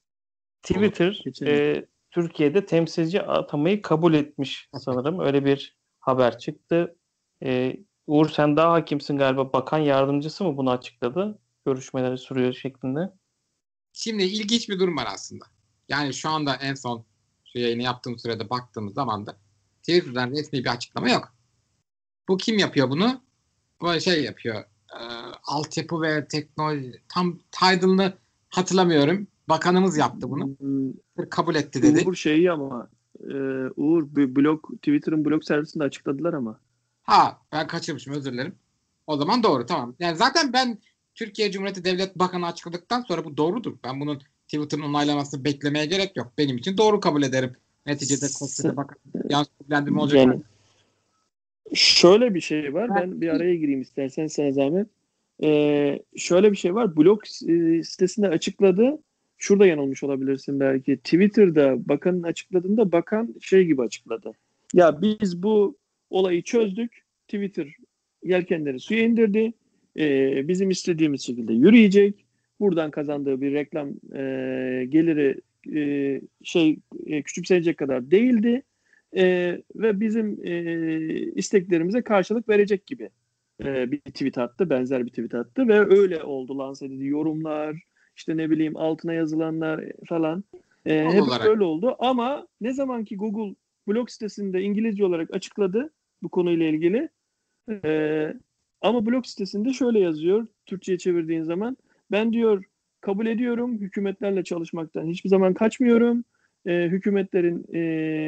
Twitter Geçelim. e, Türkiye'de temsilci atamayı kabul etmiş sanırım. Öyle bir haber çıktı. E, Uğur sen daha hakimsin galiba. Bakan yardımcısı mı bunu açıkladı? Görüşmeleri sürüyor şeklinde. Şimdi ilginç bir durum var aslında. Yani şu anda en son şu yayını yaptığım sürede baktığımız zaman da Twitter'dan resmi bir açıklama yok. Bu kim yapıyor bunu? Bu şey yapıyor. E, altyapı ve teknoloji tam title'ını hatırlamıyorum. Bakanımız yaptı bunu. Hmm, Kabul etti dedi. Uğur şeyi ama e, Uğur bir blog, Twitter'ın blog servisinde açıkladılar ama. Ha ben kaçırmışım, özür dilerim. O zaman doğru, tamam. Yani zaten ben Türkiye Cumhuriyeti Devlet Bakanı açıkladıktan sonra bu doğrudur. Ben bunun Twitter'ın onaylamasını beklemeye gerek yok. Benim için doğru kabul ederim. Neticede koskoca bakan yanlış bilgilendirme olacak. Yani şöyle bir şey var. Ben- Ben bir araya gireyim istersen, sana zahmet. Ee, şöyle bir şey var. Blog e, sitesinde açıkladı. Şurada yanılmış olabilirsin belki. Twitter'da bakanın açıkladığında bakan şey gibi açıkladı. Ya biz bu olayı çözdük. Twitter yelkenleri suya indirdi. Ee, bizim istediğimiz şekilde yürüyecek. Buradan kazandığı bir reklam e, geliri e, şey e, küçümsenecek kadar değildi. Ee, ve bizim e, isteklerimize karşılık verecek gibi e, bir tweet attı. Benzer bir tweet attı ve öyle oldu, lanse edildi. Yorumlar, işte ne bileyim altına yazılanlar falan e, Doğal hep olarak. öyle oldu. Ama ne zaman ki Google blog sitesinde İngilizce olarak açıkladı bu konuyla ilgili, e, ama blog sitesinde şöyle yazıyor Türkçe'ye çevirdiğin zaman: ben diyor kabul ediyorum, hükümetlerle çalışmaktan hiçbir zaman kaçmıyorum. E, hükümetlerin e,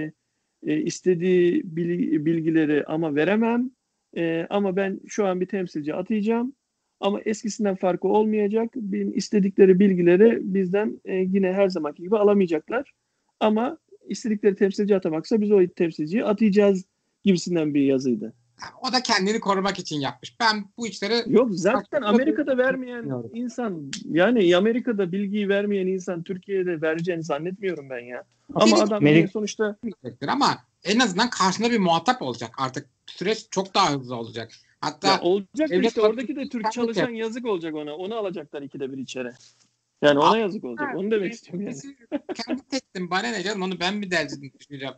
e, istediği bilgileri ama veremem. E, ama ben şu an bir temsilci atayacağım. Ama eskisinden farkı olmayacak. Benim istedikleri bilgileri bizden e, yine her zamanki gibi alamayacaklar. Ama istedikleri temsilci atamaksa biz o temsilciyi atayacağız gibisinden bir yazıydı. O da kendini korumak için yapmış. Ben bu işleri Yok zaten Amerika'da vermeyen Bilmiyorum. insan, yani Amerika'da bilgiyi vermeyen insan Türkiye'de vereceğini zannetmiyorum ben ya. Ama adam Amerika- yine sonuçta ama en azından karşında bir muhatap olacak. Artık süreç çok daha hızlı olacak. Hatta ya olacak da devlet işte oradaki de Türk kendi çalışan yap- yazık olacak ona. Onu alacaklar ikide bir içeri. Yani ona yazık olacak. Onu demek istiyorum yani. kendi tektim. Bana ne canım, onu ben mi derdim düşüneceğim.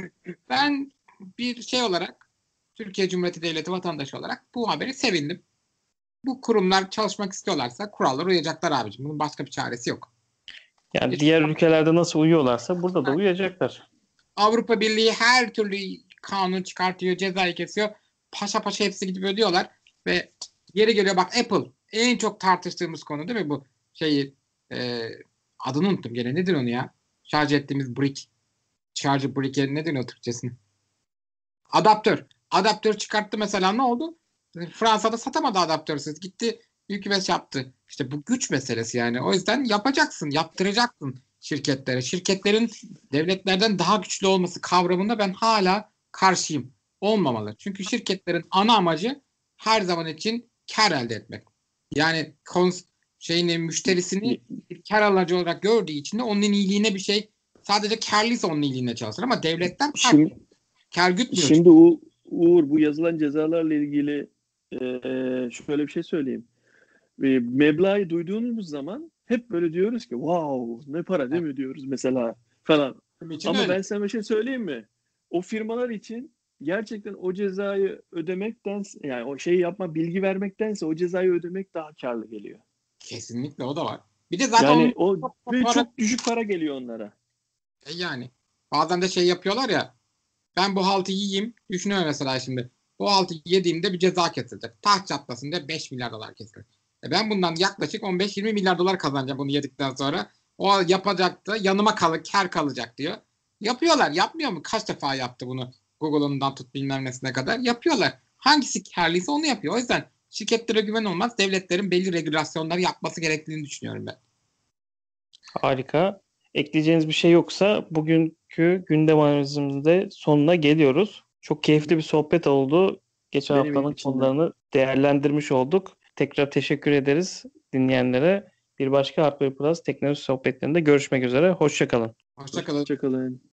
Ben bir şey olarak, Türkiye Cumhuriyeti Devleti vatandaşı olarak bu haberi sevindim. Bu kurumlar çalışmak istiyorlarsa kurallara uyacaklar abicim. Bunun başka bir çaresi yok. Yani diğer ülkelerde nasıl uyuyorlarsa burada da uyacaklar. Avrupa Birliği her türlü kanun çıkartıyor, cezayı kesiyor. Paşa paşa hepsi gidip ödüyorlar ve yeri geliyor bak, Apple en çok tartıştığımız konu değil mi bu şeyi, e, adını unuttum gene, nedir onu ya? Şarj ettiğimiz brick. Charger brick'e ne deniyor Türkçesine? Adaptör. Adaptör çıkarttı mesela, ne oldu? Fransa'da satamadı adaptörsüz. Gitti U P S yaptı. İşte bu güç meselesi yani. O yüzden yapacaksın, yaptıracaksın şirketlere. Şirketlerin devletlerden daha güçlü olması kavramında ben hala karşıyım. Olmamalı. Çünkü şirketlerin ana amacı her zaman için kar elde etmek. Yani kons şeyini, müşterisini bir kar alıcı olarak gördüğü için de onun iyiliğine bir şey, sadece karlıysa onun iyiliğine çalışır ama devletten Şimdi, kar gütmüyor. şimdi U- Uğur, bu yazılan cezalarla ilgili e, şöyle bir şey söyleyeyim. E, meblağı duyduğumuz zaman hep böyle diyoruz ki wow ne para değil mi diyoruz mesela falan. için Ama öyle. ben sana bir şey söyleyeyim mi? O firmalar için gerçekten o cezayı ödemekten, yani o şeyi yapma, bilgi vermektense o cezayı ödemek daha karlı geliyor. Kesinlikle o da var. Bir de zaten Yani onun o ve çok düşük para geliyor onlara. E yani bazen de şey yapıyorlar ya, ben bu haltı yiyeyim, düşünüyorum mesela şimdi, bu haltı yediğimde bir ceza kesilecek. Taş çatlasın diye beş milyar dolar kesilir. E ben bundan yaklaşık on beş yirmi milyar dolar kazanacağım bunu yedikten sonra. O yapacak da yanıma kalır, kar kalacak diyor. Yapıyorlar. Yapmıyor mu? Kaç defa yaptı bunu? Google'ından tut bilmem nesine kadar. Yapıyorlar. Hangisi karlıysa onu yapıyor. O yüzden şirketlere güven olmaz. Devletlerin belli regülasyonları yapması gerektiğini düşünüyorum ben. Harika. Ekleyeceğiniz bir şey yoksa bugünkü gündem analizimizin de sonuna geliyoruz. Çok keyifli bir sohbet oldu. Geçen Benim haftanın için de. konularını değerlendirmiş olduk. Tekrar teşekkür ederiz dinleyenlere. Bir başka Hardware Plus teknoloji sohbetlerinde görüşmek üzere. Hoşça kalın. Hoşçakalın. Hoşçakalın.